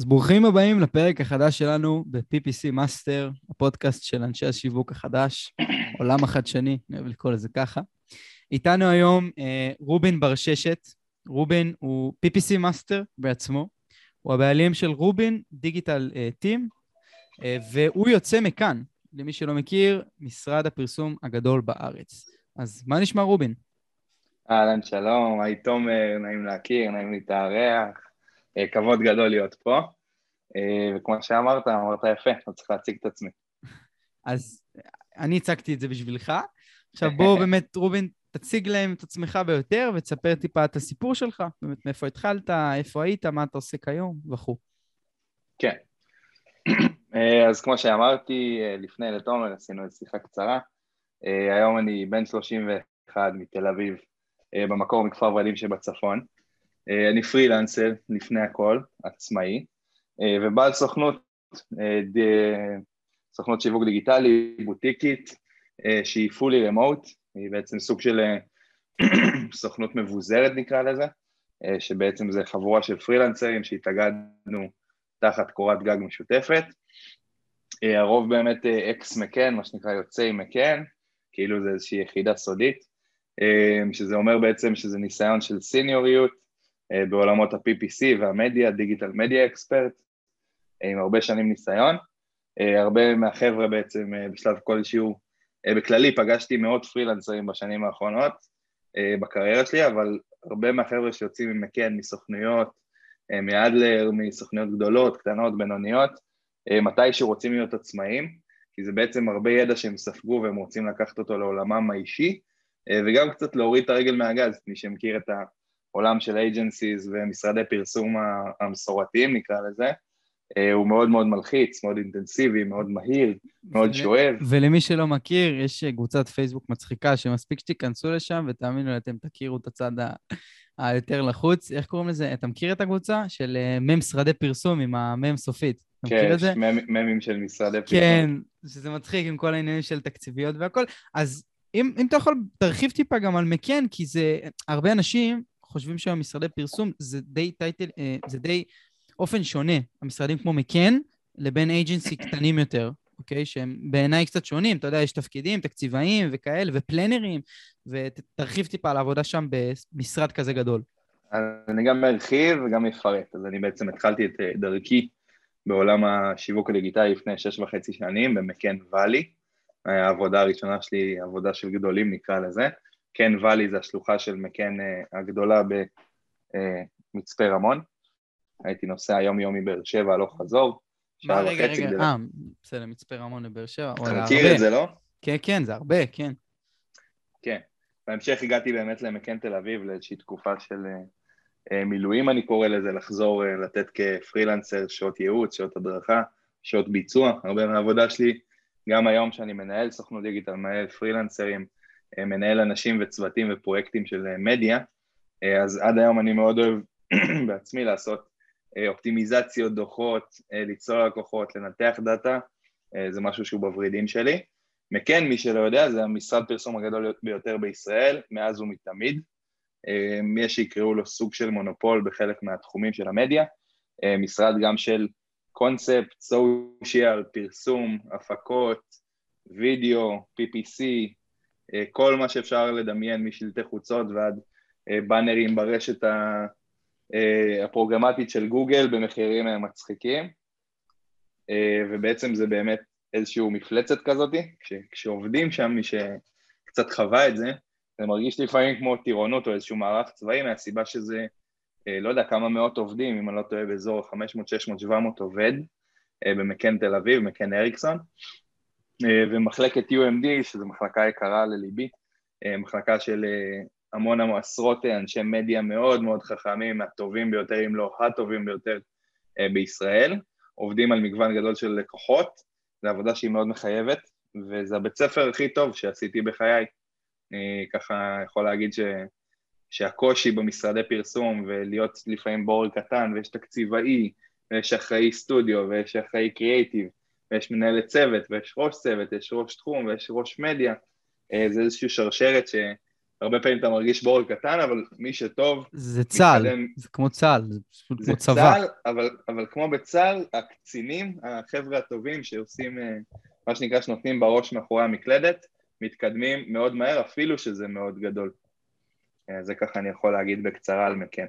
ברוכים הבאים לפרק החדש שלנו ב-PPC Master, הפודקאסט של אנשי השיווק החדש, עולם החדשני, אני אוהב לקרוא לזה ככה. איתנו היום רובין ברששת. רובין הוא PPC Master בעצמו, הוא הבעלים של רובין דיגיטל טים, והוא יוצא מכאן, למי שלא מכיר, משרד הפרסום הגדול בארץ. אז מה נשמע רובין? אהלן, שלום, היי תומר, נעים להכיר, נעים להתארח, כבוד גדול להיות פה, וכמו שאמרת יפה, אני צריך להציג את עצמי. אז אני הצגתי את זה בשבילך. עכשיו בוא באמת, רובין, תציג להם את עצמך ביותר, ותספר טיפה את הסיפור שלך, באמת מאיפה התחלת, איפה היית, מה אתה עושה כיום, וכו'. כן, אז כמו שאמרתי, לפני לתומר עשינו את שיחה קצרה, היום אני בן 31 מתל אביב, במקור מכפר ורדים שבצפון, אני פרילנסר לפני הכל, עצמאי, ובעל סוכנות שיווק דיגיטלי, בוטיקית, שהיא fully remote, היא בעצם סוג של סוכנות מבוזרת נקרא לזה, שבעצם זה חבורה של פרילנסרים שהתאגדנו תחת קורת גג משותפת, הרוב באמת אקס מקן, מה שנקרא יוצאי מקן, כאילו זה איזושהי יחידה סודית, שזה אומר בעצם שזה ניסיון של סיניוריות, בעולמות ה-PPC והמדיה, דיגיטל מדיה אקספרט, עם הרבה שנים ניסיון, הרבה מהחבר'ה בעצם בשלב כלשהו, בכללי פגשתי מאות פרילנסרים בשנים האחרונות בקריירה שלי, אבל הרבה מהחבר'ה שיוצאים ממקן, מסוכנויות, מאדלר, מסוכנויות גדולות, קטנות, בינוניות, מתישהו רוצים להיות עצמאים, כי זה בעצם הרבה ידע שהם ספגו והם רוצים לקחת אותו לעולמם האישי, וגם קצת להוריד את הרגל מהגז, מי שמכיר את העולם של אייג'נסיז ומשרדי פרסום המסורתיים נקרא לזה, הוא מאוד מאוד מלחיץ, מאוד אינטנסיבי, מאוד מהיר, מאוד שואב. ולמי שלא מכיר, יש קבוצת פייסבוק מצחיקה, שמספיק שתיכנסו לשם, ותאמינו לי, אתם תכירו את הצד היותר לחוץ. איך קוראים לזה? אתה מכיר את הקבוצה? של משרדי פרסום עם המם סופית. אתה מכיר את זה? כן, ממים של משרדי פרסום. כן, שזה מצחיק עם כל העניינים של תקציביות והכל. אז אם אתה יכול, תרחיב טיפה גם על מקן, כי זה, הרבה אנשים חושבים שהמשרדי פרסום זה די טייטל, זה די אופן שונה, המשרדים כמו מקן, לבין אייג'נסי קטנים יותר, אוקיי? שהם בעיניי קצת שונים, אתה יודע, יש תפקידים, תקציבאים וכאלה, ופלנרים, ותרחיב טיפה על העבודה שם במשרד כזה גדול. אז אני גם מרחיב וגם מפרט, אז אני בעצם התחלתי את דרכי בעולם השיווק הדיגיטלי לפני 6.5 שנים, במקן ואלי, העבודה הראשונה שלי, עבודה של גדולים נקרא לזה, קן ואלי זה השלוחה של מקן הגדולה במצפה רמון, הייתי נוסע יום מבאר שבע, הלוך חזור, מה, רגע, בסדר, מצפה רמון לבאר שבע, אתה מכיר את זה, לא? כן, זה הרבה, כן. כן, בהמשך הגעתי באמת למקן תל אביב, לאיזושהי תקופה של מילואים אני קורא לזה, לחזור לתת כפרילנסר, שעות ייעוץ, שעות הדרכה, שעות ביצוע, הרבה מהעבודה שלי, גם היום שאני מנהל סוכנות דיגיטל, מנהל פרילנסרים, מנהל אנשים וצוותים ופרויקטים של מדיה, אז עד היום אני מאוד אוהב בעצמי לעשות אופטימיזציות, דוחות, ליצור לקוחות, לנתח דאטה, זה משהו שהוא בוורידים שלי. מקן, מי שלא יודע, זה המשרד פרסום הגדול ביותר בישראל, מאז ומתמיד, יש שיקראו לו סוג של מונופול בחלק מהתחומים של המדיה, משרד גם של קונספט, סושיאל, פרסום, הפקות, וידאו, PPC, כל מה שאפשר לדמיין משלטי חוצות ועד בנרים ברשת הפרוגרמטית של גוגל במחירים מצחיקים, ובעצם זה באמת איזשהו מפלצת כזאת, כשעובדים שם, מי שקצת חווה את זה, זה מרגיש לפעמים כמו טירונות או איזשהו מערך צבאי, מהסיבה שזה, לא יודע, כמה מאות עובדים, אם אני לא טועה, באזור 500, 600, 700 עובד, במקן תל אביב, מקן אריקסון, ומחלקת UMD, שזו מחלקה יקרה לליבי, מחלקה של המון עשרות אנשי מדיה מאוד מאוד חכמים, הטובים ביותר, אם לא הטובים ביותר בישראל, עובדים על מגוון גדול של לקוחות, זו עבודה שהיא מאוד מחייבת, וזה הבית ספר הכי טוב שעשיתי בחיי, אני ככה יכול להגיד שהקושי במשרדי פרסום, ולהיות לפעמים בור קטן, ויש תקציבאי, ויש אחראי סטודיו, ויש אחראי קריאייטיב, ויש מנהלת צוות, ויש ראש צוות, יש ראש תחום, ויש ראש מדיה, זה איזושהי שרשרת הרבה פעמים אתה מרגיש בור קטן, אבל מי שטוב, זה צה"ל, מתקדם. זה כמו צה"ל, זה פשוט זה כמו צבא. צה"ל, אבל כמו בצה"ל, הקצינים, החבר'ה הטובים שעושים, מה שנקרא, שנותנים בראש מאחורי המקלדת, מתקדמים מאוד מהר, אפילו שזה מאוד גדול. זה ככה אני יכול להגיד בקצרה על מקן.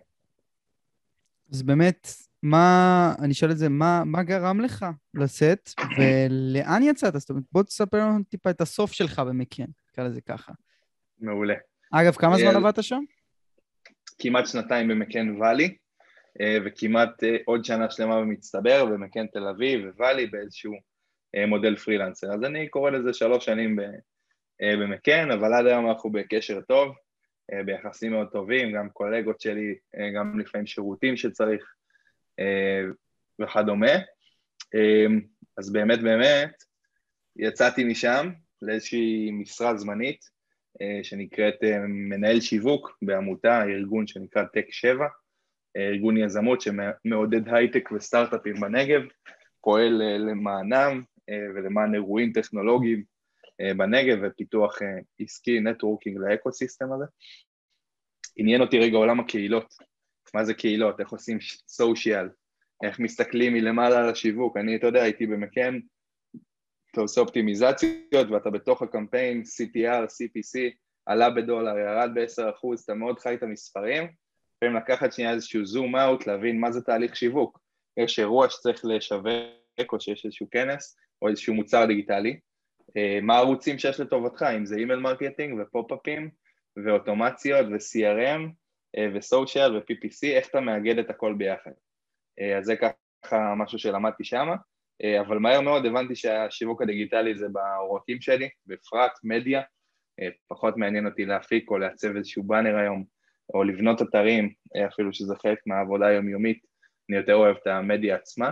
אז באמת, אני שואל את זה, מה גרם לך לשאת, ולאן יצאת? זאת אומרת, בוא תספר לנו טיפה את הסוף שלך במקן, נקרא לזה ככה. מעולה. אגב, כמה זמן עבדת שם? כמעט שנתיים במקן ואלי, וכמעט עוד שנה שלמה במצטבר, במקן תל אביב וואלי, באיזשהו מודל פרילנסר. אז אני קורא לזה 3 שנים במקן, אבל עד היום אנחנו בקשר טוב, ביחסים מאוד טובים, גם קולגות שלי, גם לפעמים שירותים שצריך וכדומה. אז באמת יצאתי משם לאיזושהי משרה זמנית, שנקראת מנהל שיווק בעמותה, ארגון שנקרא טק 7, ארגון יזמות שמעודד הייטק וסטארט-אפים בנגב, פועל למענם ולמען אירועים טכנולוגיים בנגב ופיתוח עסקי, נטוורקינג לאקוסיסטם הזה. עניין אותי רגע עולם הקהילות, מה זה קהילות, איך עושים סושיאל, איך מסתכלים מלמעלה על השיווק. אני, אתה יודע, הייתי במקן, אתה עושה אופטימיזציות ואתה בתוך הקמפיין, CTR, CPC, עלה בדולר, ירד ב10%, אתה מאוד חי את המספרים, יכולים לקחת שנייה איזשהו זום אאוט, להבין מה זה תהליך שיווק. יש אירוע שצריך לשווק, או שיש איזשהו כנס, או איזשהו מוצר דיגיטלי, מה הערוצים שיש לטובתך, אם זה אימייל מרקטינג ופופ-אפים, ואוטומציות ו-CRM, וסושיאל ו-PPC, איך אתה מאגד את הכל ביחד. אז זה ככה משהו שלמדתי שם, אבל מהר מאוד הבנתי שהשיווק הדיגיטלי זה בעורקים שלי, בפרט מדיה, פחות מעניין אותי להפיק או לעצב איזשהו באנר היום, או לבנות אתרים, אפילו שזה חלק מהעבודה היומיומית, אני יותר אוהב את המדיה עצמה,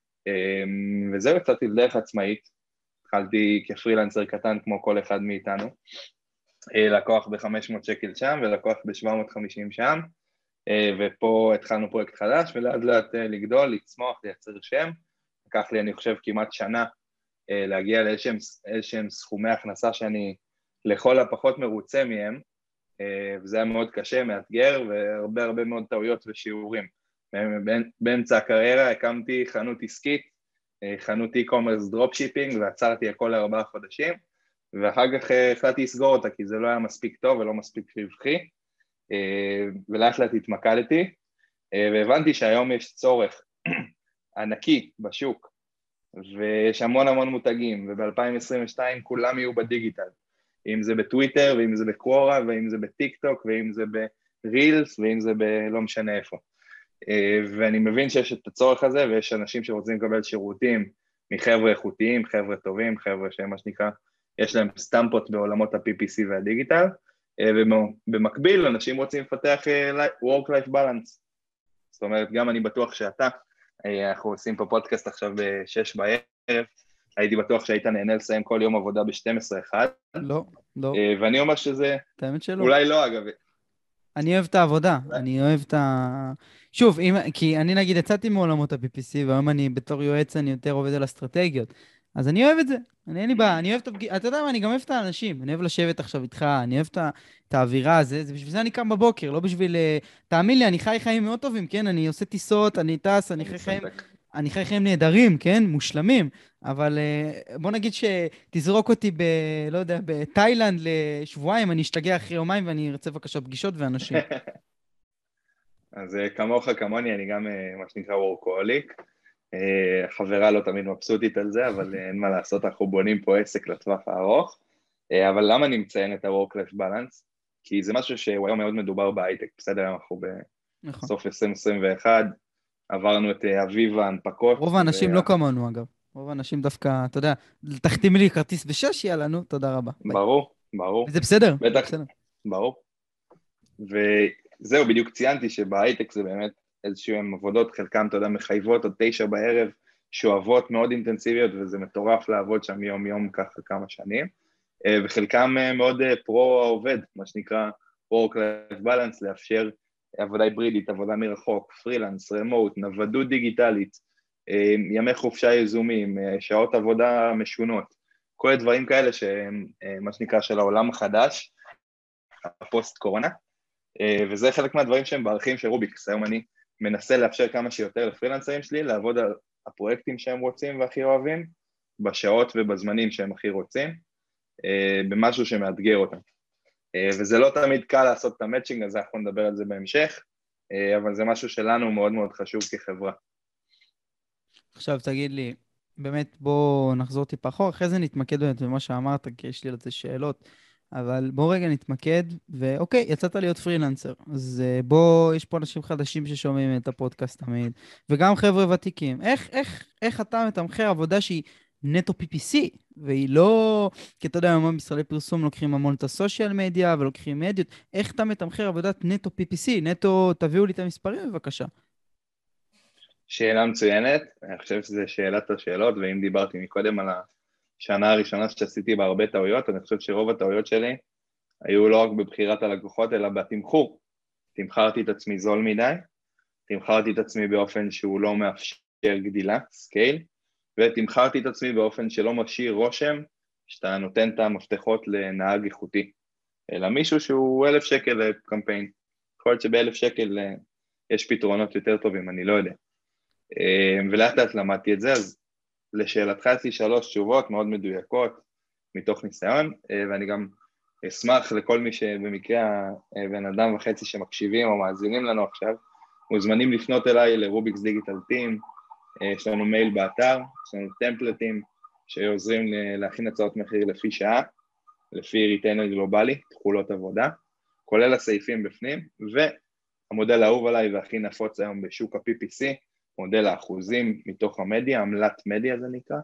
וזהו, יצאתי לדרך עצמאית, התחלתי כפרילנסר קטן כמו כל אחד מאיתנו, לקוח ב-500 שקל שם ולקוח ב-750 שם, ופה התחלנו פרויקט חדש ולאט לאט לגדול, לצמוח, לייצר שם, לקח לי אני חושב כמעט שנה להגיע לאיזשהם סכומי הכנסה שאני לכל הפחות מרוצה מהם, וזה היה מאוד קשה, מאתגר, והרבה מאוד טעויות ושיעורים. באמצע הקריירה הקמתי חנות עסקית, חנות e-commerce דרופשיפינג, ועצרתי הכל ל4 חודשים, ואחר כך החלטתי לסגור אותה, כי זה לא היה מספיק טוב ולא מספיק רווחי, ולאט לאט התמקדתי, והבנתי שהיום יש צורך ענקי בשוק, ויש המון מותגים, וב-2022 כולם יהיו בדיגיטל, אם זה בטוויטר, ואם זה בקוורה, ואם זה בטיק טוק, ואם זה ברילס, ואם זה לא משנה איפה. ואני מבין שיש את הצורך הזה, ויש אנשים שרוצים לקבל שירותים מחבר'ה איכותיים, חבר'ה טובים, חבר'ה שמה שנקרא, יש להם סטמפות בעולמות ה-PPC והדיגיטל, ובמקביל אנשים רוצים לפתח work-life balance. זאת אומרת, גם אני בטוח שאתה, אנחנו עושים פה פודקאסט עכשיו ב-6 בערב, הייתי בטוח שהיית נהנה לסיים כל יום עבודה ב-12-1. לא. ואני אומר שזה... האמת שלא. אולי לא, אגב. אני אוהב את העבודה, אני אוהב את שוב, כי אני נגיד יצאתי מעולמות ה-PPC, והיום אני בתור יועץ, אני יותר עובד על אסטרטגיות. אז אני אוהב את זה, אין לי בעיה, אני אוהב אתה יודע מה, אני גם אוהב את האנשים, אני אוהב לשבת עכשיו איתך, אני אוהב את האווירה, בשביל זה אני קם בבוקר, לא בשביל... תאמין לי, אני חי חיים מאוד טובים, כן? אני עושה טיסות, אני טס, אני חי חיים נהדרים, כן? מושלמים, אבל בוא נגיד שתזרוק אותי לא יודע, בתאילנד לשבועיים, אני אשתגע אחרי יומיים ואני ארצה בבקשה פגישות ואנשים. אז כמוך כמוני, אני גם מה שנקרא וורקוהוליק, חברה לא תמיד מבסוטית על זה, אבל אין מה לעשות, אנחנו בונים פה עסק לטווח הארוך, אבל למה אני מציין את ה-work-life balance? כי זה משהו שהוא היום מאוד מדובר בהייטק, בסדר, אנחנו בסוף 2021, עברנו את אביב ההנפקות. רוב האנשים לא כמונו אגב, רוב האנשים דווקא, אתה יודע, תחתימי לי כרטיס ב6, יאללה, נו, תודה רבה. ברור. וזה בסדר. בטח, ברור. וזהו, בדיוק ציינתי שבהייטק זה באמת איזשהם עבודות, חלקם, אתה יודע, מחייבות עד 9 בערב, שואבות מאוד אינטנסיביות, וזה מטורף לעבוד שם יום ככה כמה שנים, וחלקם מאוד פרו העובד, מה שנקרא work-life balance, לאפשר עבודה היברידית, עבודה מרחוק, פרילנס, רמוט, נוודות דיגיטלית, ימי חופשה יזומים, שעות עבודה משונות, כל הדברים כאלה שהם מה שנקרא של העולם החדש, הפוסט קורונה, וזה חלק מהדברים שהם בערכים של רוביקס. היום אני מנסה לאפשר כמה שיותר לפרילנסרים שלי לעבוד על הפרויקטים שהם רוצים והכי אוהבים, בשעות ובזמנים שהם הכי רוצים, במשהו שמאתגר אותם. וזה לא תמיד קל לעשות את המאצ'ינג, אז אנחנו נדבר על זה בהמשך, אבל זה משהו שלנו מאוד מאוד חשוב כחברה. עכשיו תגיד לי, באמת בוא נחזור טיפה אחורה, אחרי זה נתמקד באמת במה שאמרת, כי יש לי על זה שאלות, אבל בוא רגע נתמקד, ואוקיי, יצאת להיות פרילנסר, אז בוא, יש פה אנשים חדשים ששומעים את הפודקאסט תמיד, וגם חבר'ה ותיקים. איך אתה מתמחר עבודה שהיא נטו PPC, והיא לא, כי אתה יודע, היום משרדי פרסום לוקחים המון את הסושיאל מדיה, ולוקחים מדיות, איך אתה מתמחר עבודת נטו PPC? נטו, תביאו לי את המספרים בבקשה. שאלה מצוינת, אני חושב שזו שאלת השאלות, ואם דיברתי מקודם על השנה הראשונה שעשיתי בה הרבה טעויות, אני חושב שרוב הטעויות שלי היו לא רק בבחירת הלקוחות, אלא בתמחור. תמחרתי את עצמי זול מדי, תמחרתי את עצמי באופן שהוא לא מאפשר גדילה, סקייל, ותמחרתי את עצמי באופן שלא משאיר רושם, שאתה נותן את המפתחות לנהג איכותי, אלא מישהו שהוא 1,000 שקל לקמפיין. יכול להיות שב1,000 שקל יש פתרונות יותר טובים, אני לא יודע. ולאט לאט למדתי את זה, אז לשאלתך יש לי 3 תשובות מאוד מדויקות מתוך ניסיון, ואני גם אשמח לכל מי שבמקרה בן אדם וחצי שמקשיבים או מאזינים לנו עכשיו, מוזמנים לפנות אליי לרוביקס דיגיטל טים, יש לנו מייל באתר, יש לנו טמפלטים שעוזרים להכין הצעות מחיר לפי שעה, לפי ריטיינר גלובלי, תחולות עבודה, כולל הסעיפים בפנים, והמודל האהוב עליי והכי נפוץ היום בשוק ה-PPC, מודל האחוזים מתוך המדיה, עמלת מדיה זה נקרא,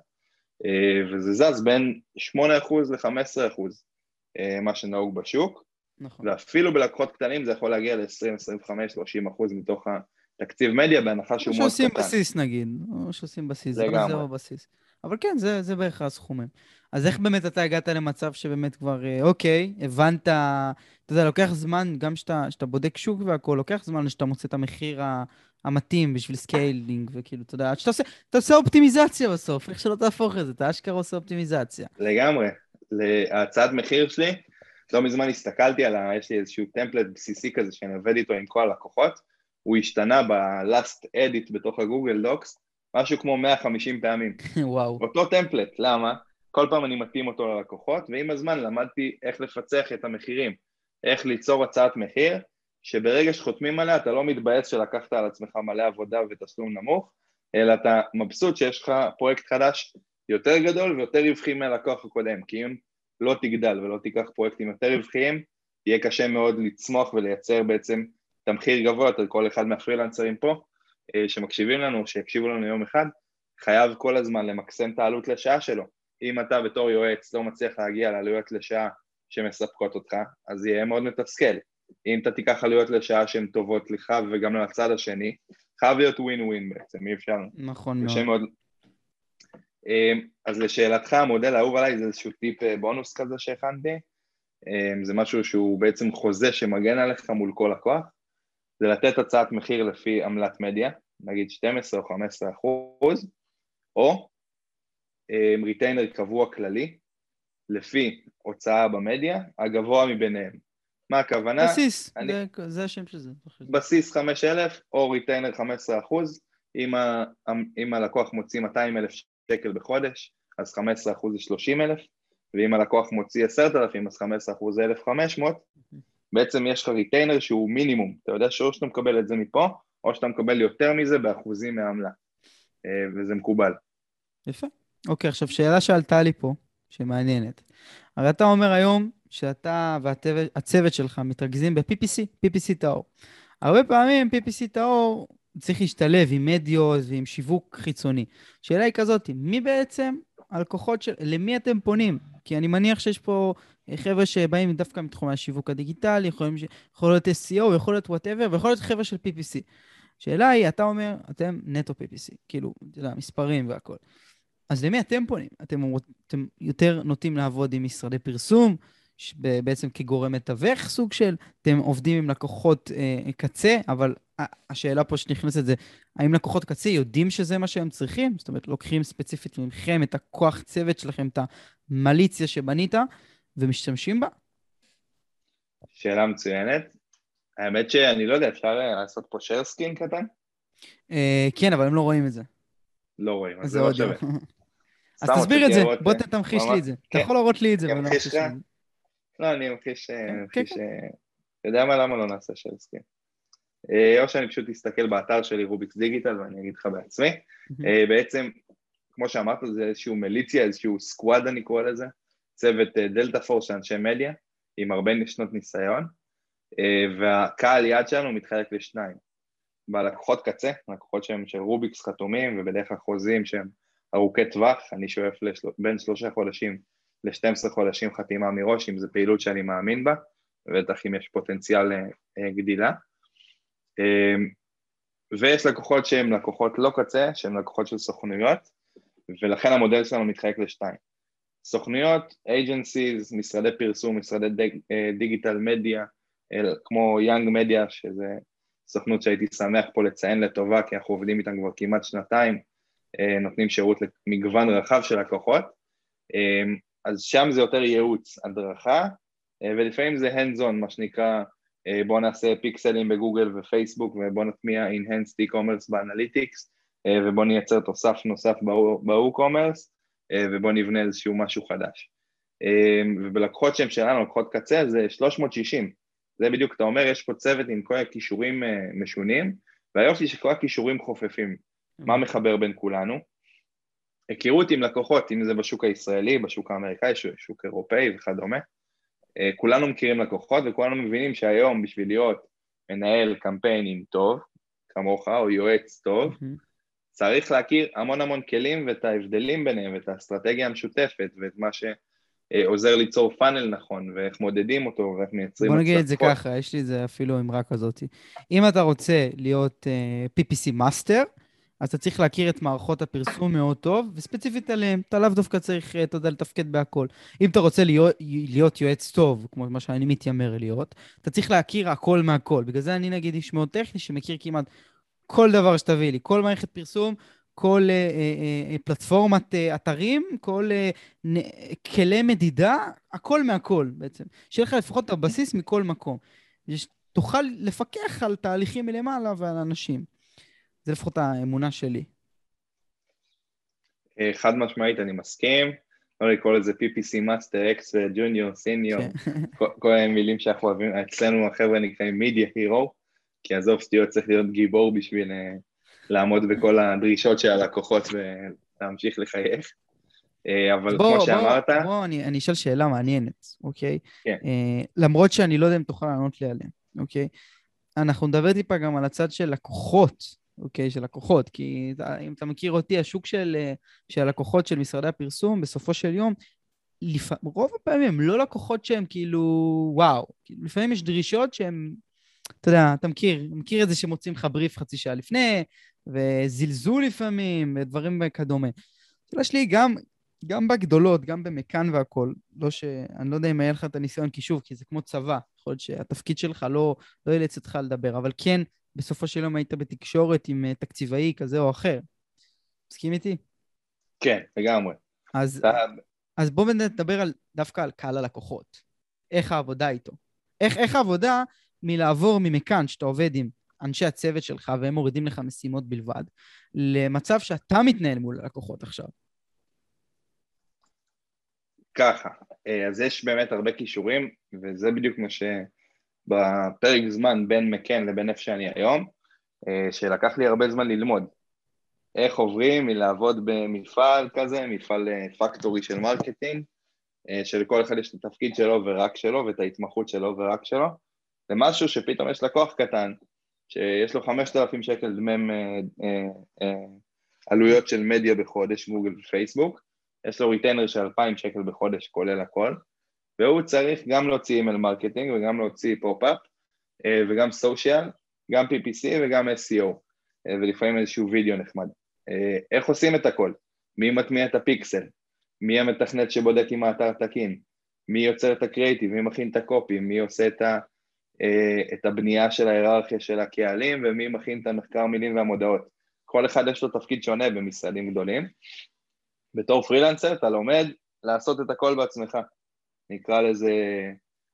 וזה זז בין 8% ל-15%, מה שנהוג בשוק, נכון. ואפילו בלקוחות קטנים זה יכול להגיע ל-20, 25, 30% מתוך התקציב מדיה, בהנחה שהוא מאוד קטן. או שעושים בסיס נגיד, או שעושים בסיס, זה לא בסיס. אבל כן, זה בערך הסכומים. אז איך באמת אתה הגעת למצב שבאמת כבר, אוקיי, הבנת, אתה יודע, לוקח זמן, גם שאתה בודק שוק והכל, לוקח זמן שאתה מוצא את המחיר המתאים בשביל סקיילינג, וכאילו, אתה יודע, אתה עושה אופטימיזציה בסוף, איך שלא תהפוך את זה, אתה אשכרה עושה אופטימיזציה. לגמרי. להצעת מחיר שלי, לא מזמן הסתכלתי יש לי איזשהו טמפלט בסיסי כזה שאני עובד איתו עם כל הלקוחות, הוא השתנה ב-last edit בתוך הגוגל דוקס, משהו כמו 150 פעמים. וואו. אותו טמפלט, למה? כל פעם אני מתאים אותו ללקוחות, ועם הזמן למדתי איך לפצח את המחירים, איך ליצור הצעת מחיר, שברגע שחותמים עליה אתה לא מתבאס שלקחת על עצמך מלא עבודה ותשלום נמוך, אלא אתה מבסוט שיש לך פרויקט חדש יותר גדול ויותר רווחי מהלקוח הקודם, כי אם לא תגדל ולא תיקח פרויקטים יותר רווחיים, יהיה קשה מאוד לצמוח ולייצר בעצם תמחיר גבוה יותר. כל אחד מהפרילנסרים פה שמקשיבים לנו, שיקשיבו לנו יום אחד, חייב כל הזמן למקסם את העלות לשעה שלו. אם אתה בתור יועץ לא מצליח להגיע לעלויות לשעה שמספקות אותך, אז יהיה מאוד מתסכל. אם אתה תיקח עלויות לשעה שהן טובות לך וגם לצד השני, חייב להיות ווין ווין בעצם, אי אפשר. נכון מאוד. אז לשאלתך, המודל האהוב עליי זה איזשהו טיפ בונוס כזה שהכנתי, זה משהו שהוא בעצם חוזה שמגן עליך מול כל לקוח, זה לתת הצעת מחיר לפי עמלת מדיה, נגיד 12 או 15%, או ריטיינר קבוע כללי, לפי הוצאה במדיה, הגבוה מביניהם. מה הכוונה? בסיס, זה השם של זה. בסיס 5,000 או ריטיינר 15%, אם הלקוח מוציא 200,000 שקל בחודש, אז 15% זה 30,000, ואם הלקוח מוציא 10,000, אז 15% זה 1,500, בעצם יש לך ריטיינר שהוא מינימום, אתה יודע שאו שאתה מקבל את זה מפה, או שאתה מקבל יותר מזה באחוזים מהעמלה, וזה מקובל. יפה. אוקיי, עכשיו שאלה שעלתה לי פה, שמעניינת. הרי אתה אומר היום שאתה והצוות שלך מתרכזים ב-PPC, PPC טהור. הרבה פעמים PPC טהור צריך להשתלב עם מדיות ועם שיווק חיצוני. שאלה היא כזאת, מי בעצם הלקוחות למי אתם פונים? כי אני מניח שיש פה חבר'ה שבאים דווקא מתחומי השיווק הדיגיטלי, יכול להיות SEO, יכול להיות whatever, ויכול להיות חבר'ה של PPC. שאלה היא, אתה אומר, אתם נטו PPC, כאילו, אתה יודע, מספרים והכל. אז למי אתם פונים? אתם יותר נוטים לעבוד עם משרדי פרסום, בעצם כגורם מתווך סוג של, אתם עובדים עם לקוחות קצה, אבל השאלה פה שנכנסת זה, האם לקוחות קצה יודעים שזה מה שהם צריכים? זאת אומרת, לוקחים ספציפית ממכם את הכוח צוות שלכם, את המליציה שבנית, ומשתמשים בה? שאלה מצוינת. האמת שאני לא יודע, אפשר לעשות פה share screen קטן? כן, אבל הם לא רואים את זה. לא רואים, אז אז זה זה לא אודיו. שווה. אז סתם תסביר את רציתי זה, לראות... בוא תמחיש לי את זה. אתה כן, יכול להראות לי את זה, אני אבל לא אמחיש ממחיש לך? לי את זה. לא, אני אמחיש... כן, כן. אתה יודע מה, למה לא נעשה share screen? או שאני פשוט אסתכל באתר שלי רוביקס דיגיטל ואני אגיד לך בעצמי. בעצם, כמו שאמרת, זה איזשהו מיליציה, איזשהו סקוואד אני קורא לזה, צוות דלטה פורס של אנשי מדיה, עם הרבה שנות ניסיון, והקהל יעד שלנו מתחלק לשניים. בלקוחות קצה, לקוחות שהם של רוביקס חתומים, ובדרך כלל חוזים שהם ארוכי טווח, אני שואף בין 3 חודשים ל-12 חודשים חתימה מראש, אם זו פעילות שאני מאמין בה, ובטח אם יש פוטנציאל גדילה. ויש לקוחות שהם לקוחות לא קצה, שהם לקוחות של סוכנויות, ולכן המודל שלנו מתחלק לשתיים. סוכנויות, agencies, משרדי פרסום, משרדי דיגיטל מדיה, כמו יאנג מדיה, שזה סוכנות שהייתי שמח פה לציין לטובה, כי אנחנו עובדים איתם כבר כמעט שנתיים, נותנים שירות למגוון רחב של לקוחות, אז שם זה יותר ייעוץ, הדרכה, ולפעמים זה hands on, מה שנקרא, בוא נעשה פיקסלים בגוגל ופייסבוק, ובוא נטמיע enhanced e-commerce באנליטיקס, ובוא נייצר תוסף נוסף ב-WooCommerce, ובוא נבנה איזשהו משהו חדש. ובלקוחות שהם שלנו, לקוחות קצה, זה 360. זה בדיוק, אתה אומר, יש פה צוות עם כל הכישורים משונים, והיופי שכל הכישורים חופפים. מה מחבר בין כולנו? הכירות עם לקוחות, אם זה בשוק הישראלי, בשוק האמריקאי, שוק אירופאי וכדומה, כולנו מכירים לקוחות, וכולנו מבינים שהיום בשביל להיות מנהל קמפיינים טוב, כמוך, או יועץ טוב, צריך להכיר המון המון כלים ואת ההבדלים ביניהם, ואת האסטרטגיה המשותפת, ואת מה שעוזר ליצור פאנל נכון, ואיך מודדים אותו, ואיך מייצרים בוא הצלחות. נגיד את זה ככה, יש לי זה אפילו אמרה כזאת. אם אתה רוצה להיות PPC מאסטר, אז אתה צריך להכיר את מערכות הפרסום מאוד טוב, וספציפית עליהם, אתה לאו דווקא צריך, אתה יודע, לתפקד בהכל. אם אתה רוצה להיות יועץ טוב, כמו מה שאני מתיימר להיות, אתה צריך להכיר הכל מהכל. בגלל זה אני נגיד איש מאוד טכני, שמכיר כמעט כל דבר שתביא לי, כל מערכת פרסום, כל פלטפורמת אתרים, כל כלי מדידה, הכל מהכל בעצם. שיהיה לך לפחות את הבסיס מכל מקום. תוכל לפקח על תהליכים מלמעלה ועל אנשים. זה לפחות האמונה שלי. חד משמעית, אני מסכים. לא לקרוא לזה PPC מאסטר, אקס וג'וניור, סיניור, כל המילים שאנחנו אוהבים. אצלנו החבר'ה נקראים מידיה הירו, כי עזוב שטויות צריך להיות גיבור בשביל לעמוד בכל הדרישות של הלקוחות ולהמשיך לחייך. אבל כמו שאמרת... בוא, אני אשאל שאלה מעניינת, אוקיי? כן. למרות שאני לא יודע אם תוכל לענות לי עליה, אוקיי? אנחנו נדבר טיפה גם על הצד של לקוחות, אוקיי? של לקוחות, כי אם אתה מכיר אותי, השוק של לקוחות של משרדי הפרסום, בסופו של יום, רוב הפעמים הם לא לקוחות שהם כאילו, וואו, לפעמים יש דרישות שהם, אתה יודע, אתה מכיר את זה שמוצאים לך בריף חצי שעה לפני, וזלזול לפעמים, ודברים כדומה. שאלה שלי, גם בגדולות, גם במכאן והכל, אני לא יודע אם היה לך את הניסיון קישוב, כי זה כמו צבא, יכול להיות שהתפקיד שלך לא ילץ אותך לדבר, אבל כן, בסופו של יום היית בתקשורת עם תקציבאי כזה או אחר. מסכים איתי? כן, לגמרי. אז בואו נדבר דווקא על קהל הלקוחות. איך העבודה איתו? איך העבודה מלעבור ממכאן, שאתה עובד עם אנשי הצוות שלך, והם מורידים לך משימות בלבד, למצב שאתה מתנהל מול הלקוחות עכשיו? ככה, אז יש באמת הרבה כישורים, וזה בדיוק מה שבפרק זמן בין מכן לבין איפה שאני היום, שלקח לי הרבה זמן ללמוד. איך עוברים מלעבוד במפעל כזה, מפעל פקטורי של מרקטינג, שלכל אחד יש את התפקיד שלו ורק שלו, ואת ההתמחות שלו ורק שלו, זה משהו שפתאום יש לקוח קטן, שיש לו 5,000 שקל דמי עלויות של מדיה בחודש, גוגל ופייסבוק, יש לו ריטיינר של 2,000 שקל בחודש, כולל הכל, והוא צריך גם להוציא אימייל מרקטינג, וגם להוציא פופ-אפ, וגם סושיאל, גם PPC וגם SEO, ולפעמים איזשהו וידאו נחמד. איך עושים את הכל? מי מטמיע את הפיקסל? מי המתכנת שבודק אם האתר תקין? מי יוצר את הקריאיטיב? מי מכין את הקופי? מי עושה את הבנייה של ההיררכיה של הקהלים? ומי מכין את המחקר מילים והמודעות? כל אחד יש לו תפקיד שונה במשרדים גדולים. בתור פרילנסר אתה לומד לעשות את הכל בעצמך. נקרא לזה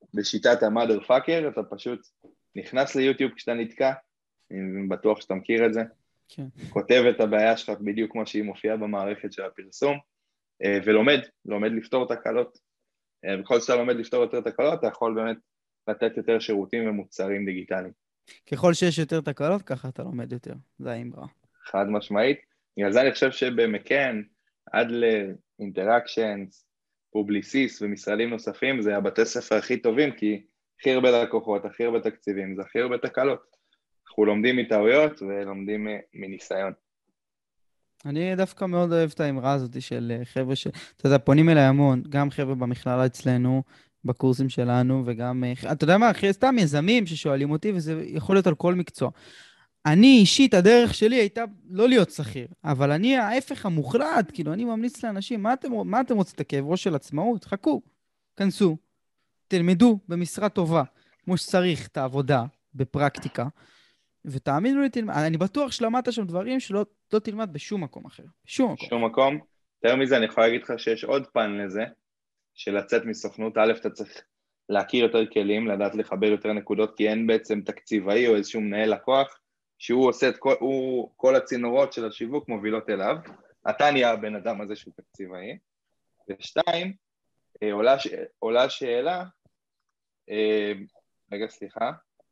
בשיטת המאדר פאקר, אתה פשוט נכנס ליוטיוב כשאתה נתקע, אני בטוח שאתה מכיר את זה, כן. כותב את הבעיה שלך בדיוק כמו שהיא מופיעה במערכת של הפרסום, לומד לפתור תקלות. בכל שאתה לומד לפתור יותר תקלות, אתה יכול באמת לתת יותר שירותים ומוצרים דיגיטליים. ככל שיש יותר תקלות, ככה אתה לומד יותר. זה האמרה. חד משמעית. בגלל זה אני חושב שבמקן, עד לאינטראקשנס, פובליסיס ומשרדים נוספים, זה הבתי ספר הכי טובים, כי הכי הרבה לקוחות, הכי הרבה תקציבים, זה הכי הרבה תקלות. אנחנו לומדים מטעויות ולומדים מניסיון. אני דווקא מאוד אוהב את האמרה הזאת של חבר'ה אתה יודע, פונים אליי המון, גם חבר'ה במכללה אצלנו, בקורסים שלנו, וגם, אתה יודע מה, סתם יזמים ששואלים אותי, וזה יכול להיות על כל מקצוע. אני אישית, הדרך שלי הייתה לא להיות שכיר, אבל אני ההפך המוחלט, כאילו, אני ממליץ לאנשים, מה אתם רוצים את הכאב ראש של עצמאות? חכו, כנסו, תלמדו במשרה טובה, כמו שצריך את העבודה, בפרקטיקה, ותאמינו לי, אני בטוח שלמדת שם דברים שלא תלמד בשום מקום אחר, בשום מקום. שום מקום. יותר מזה, אני יכול להגיד לך שיש עוד פן לזה, של לצאת מסוכנות. א', אתה צריך להכיר יותר כלים, לדעת לחבר יותר נקודות, כי אין בעצם תקציבאי או איזשהו מנהל לקוח, שהוא עושה את כל הצינורות של השיווק מובילות אליו. אתה נהיה הבן אדם הזה שהוא תקציבאי. ושתיים, עולה שאלה, רגע, סליחה,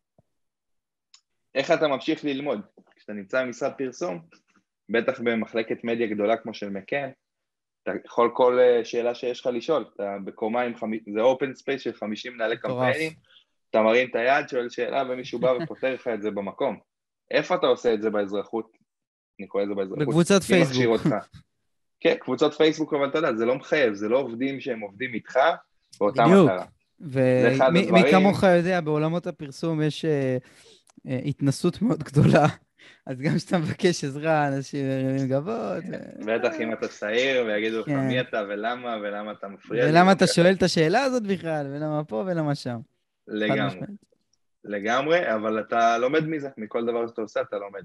איך אתה ממשיך ללמוד? כשאתה נמצא במשרד פרסום, בטח במחלקת מדיה גדולה כמו של מקן, אתה יכול כל שאלה שיש לך לשאול, אתה בקומה זה אופן ספייס של 50 מנהלי קמפיינים, אתה מרים את היד, שואל שאלה ומישהו בא ופותר לך את זה במקום. איפה אתה עושה את זה באזרחות? אני קורא את זה באזרחות. בקבוצת פייסבוק. כן, קבוצות פייסבוק, אבל אתה יודע, זה לא מחייב, זה לא עובדים שהם עובדים איתך באותה מטרה. ומי כמוך יודע, בעולמות הפרסום יש התנסות מאוד גדולה, אז גם כשאתה מבקש עזרה, אנשים גבות. בטח אם אתה צעיר ויגידו לך מי אתה ולמה אתה מפריע לי. ולמה אתה שואל את השאלה הזאת בכלל, ולמה פה ולמה שם. לגמרי, אבל אתה לומד מזה, מכל דבר שאתה עושה אתה לומד.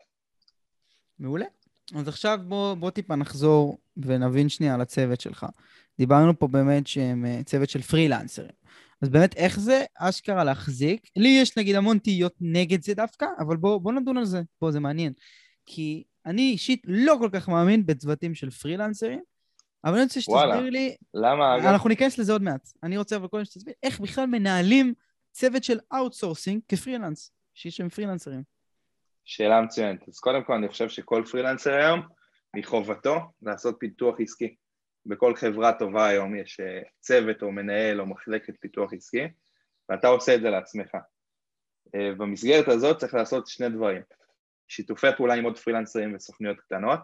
מעולה. אז עכשיו בוא טיפה נחזור ונבין שנייה על הצוות שלך. דיברנו פה באמת שהם צוות של פרילנסרים. אז באמת איך זה אשכרה להחזיק? לי יש נגיד המון תהיות נגד זה דווקא, אבל בוא נדון על זה, פה זה מעניין. כי אני אישית לא כל כך מאמין בצוותים של פרילנסרים, אבל אני רוצה שתסביר לי... למה אגב? אנחנו ניכנס לזה עוד מעט. אני רוצה אבל קודם שתסביר איך בכלל מנהלים צוות של אאוטסורסינג כפרילנס, שיש שם פרילנסרים. שאלה מצוינת. אז קודם כל אני חושב שכל פרילנסר היום, מחובתו לעשות פיתוח עסקי. בכל חברה טובה היום יש צוות או מנהל או מחלקת פיתוח עסקי, ואתה עושה את זה לעצמך. במסגרת הזאת צריך לעשות שני דברים. שיתופי פעולה עם עוד פרילנסרים וסוכניות קטנות,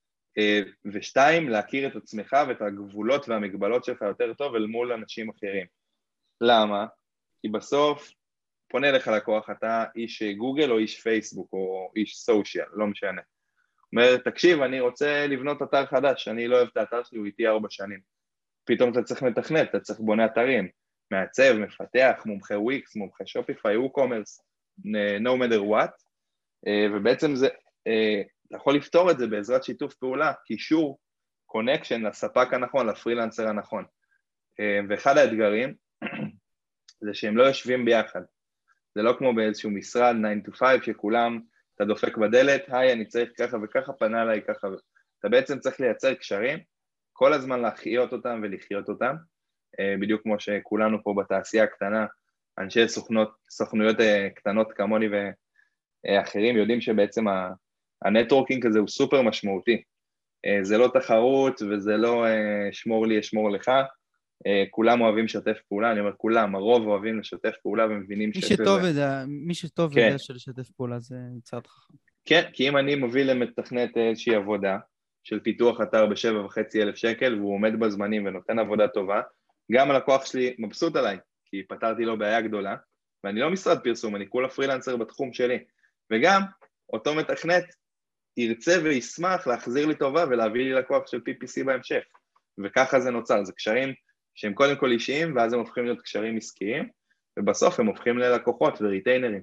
ושתיים, להכיר את עצמך ואת הגבולות והמגבלות שלך יותר טוב אל מול אנשים אחרים. למה? כי בסוף פונה לך לקוח, אתה איש גוגל או איש פייסבוק או איש סושיאל, לא משנה. אומר, תקשיב, אני רוצה לבנות אתר חדש, אני לא אוהב את האתר שלי, הוא איתי 4 שנים. פתאום אתה צריך מתכנת, אתה צריך בונה אתרים, מעצב, מפתח, מומחה וויקס, מומחה שופיפיי, ווקומרס, no matter what, ובעצם זה, אתה יכול לפתור את זה בעזרת שיתוף פעולה, קישור, קונקשן לספק הנכון, לפרילנסר הנכון. ואחד האתגרים זה שהם לא יושבים ביחד. זה לא כמו באיזשהו משרד 9 to 5 שכולם, אתה דופק בדלת, היי, אני צריך ככה וככה, פנה עליי ככה. אתה בעצם צריך לייצר קשרים, כל הזמן להחיות אותם ולחיות אותם, בדיוק כמו שכולנו פה בתעשייה הקטנה, אנשי סוכנויות קטנות כמוני ואחרים, יודעים שבעצם הנטוורקינג הזה הוא סופר משמעותי. זה לא תחרות וזה לא שמור לי, שמור לך, כולם אוהבים לשתף פעולה, אני אומר כולם, הרוב אוהבים לשתף פעולה ומבינים מי שטוב יודע שלשתף פעולה זה צעד חכם. כן, כי אם אני מוביל למתכנת איזושהי עבודה של פיתוח אתר ב7,500 שקל והוא עומד בזמנים ונותן עבודה טובה, גם הלקוח שלי מבסוט עליי, כי פתרתי לו בעיה גדולה, ואני לא משרד פרסום, אני כולה פרילנסר בתחום שלי, וגם אותו מתכנת ירצה וישמח להחזיר לי טובה ולהביא לי לקוח של PPC בהמשך, וככה זה נוצר, זה קשרים שהם קודם כל אישיים, ואז הם הופכים להיות קשרים עסקיים, ובסוף הם הופכים ללקוחות וריטיינרים.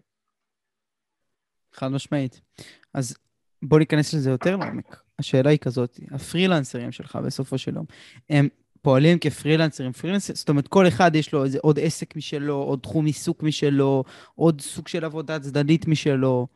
חד משמעית. אז בוא ניכנס לזה יותר לעומק. השאלה היא כזאת, הפרילנסרים שלך בסופו של יום, הם פועלים כפרילנסרים, זאת אומרת, כל אחד יש לו איזה עוד עסק משלו, עוד תחום עיסוק משלו, עוד סוג של עבודה צדדית משלו.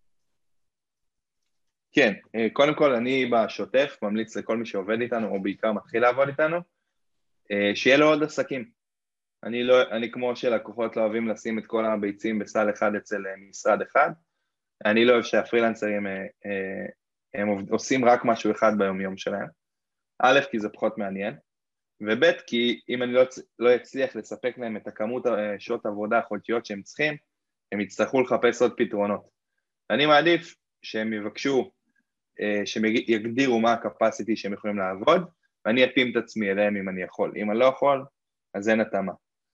כן, קודם כל אני בשוטף ממליץ לכל מי שעובד איתנו, או בעיקר מתחיל לעבוד איתנו, שיהיה לו עוד עסקים. אני כמו שלקוחות לא אוהבים לשים את כל הביצים בסל אחד אצל משרד אחד, אני לא אוהב שהפרילנסרים הם עושים רק משהו אחד ביום יום שלהם. א', כי זה פחות מעניין, וב', כי אם אני לא אצליח לספק להם את הכמות שעות עבודה החודשיות שהם צריכים, הם יצטרכו לחפש עוד פתרונות. אני מעדיף שהם יבקשו, שהם יגדירו מה הקפסיטי שהם יכולים לעבוד, ואני אפים את עצמי אליהם אם אני יכול. אם אני לא יכול, אז אין התאמה.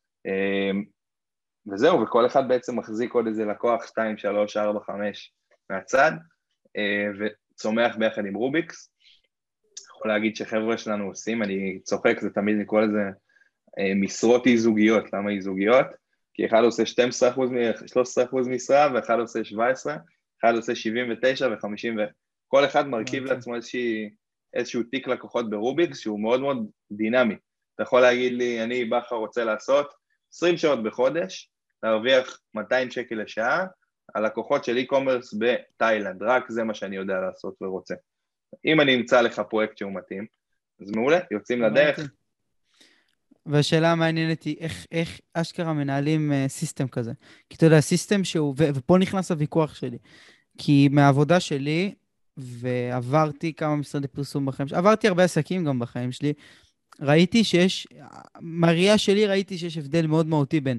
וזהו, וכל אחד בעצם מחזיק עוד איזה לקוח 2, 3, 4, 5 מהצד, וצומח ביחד עם רוביקס. יכול להגיד שחבר'ה שלנו עושים, אני צוחק, זה תמיד נקרא לזה משרות אי-זוגיות. למה אי-זוגיות? כי אחד עושה 12%, 13% משרה, ואחד עושה 17, אחד עושה 79 ו-50, וכל אחד מרכיב לעצמו איזשהו תיק לקוחות ברוביקס, שהוא מאוד מאוד דינמי. אתה יכול להגיד לי, אני בכר רוצה לעשות 20 שעות בחודש, להרוויח 200 שקל לשעה, על לקוחות של e-commerce בתאילנד, רק זה מה שאני יודע לעשות ורוצה. אם אני אמצא לך פרויקט שהוא מתאים, אז מעולה, יוצאים לדרך. והשאלה המעניינת היא, איך אשכרה מנהלים סיסטם כזה? כי אתה יודע, סיסטם שהוא, ופה נכנס הוויכוח שלי, כי מהעבודה שלי, ועברתי כמה משרדי פרסום בחיים שלי, עברתי הרבה עסקים גם בחיים שלי, ראיתי שיש, מהראייה שלי ראיתי שיש הבדל מאוד מהותי בין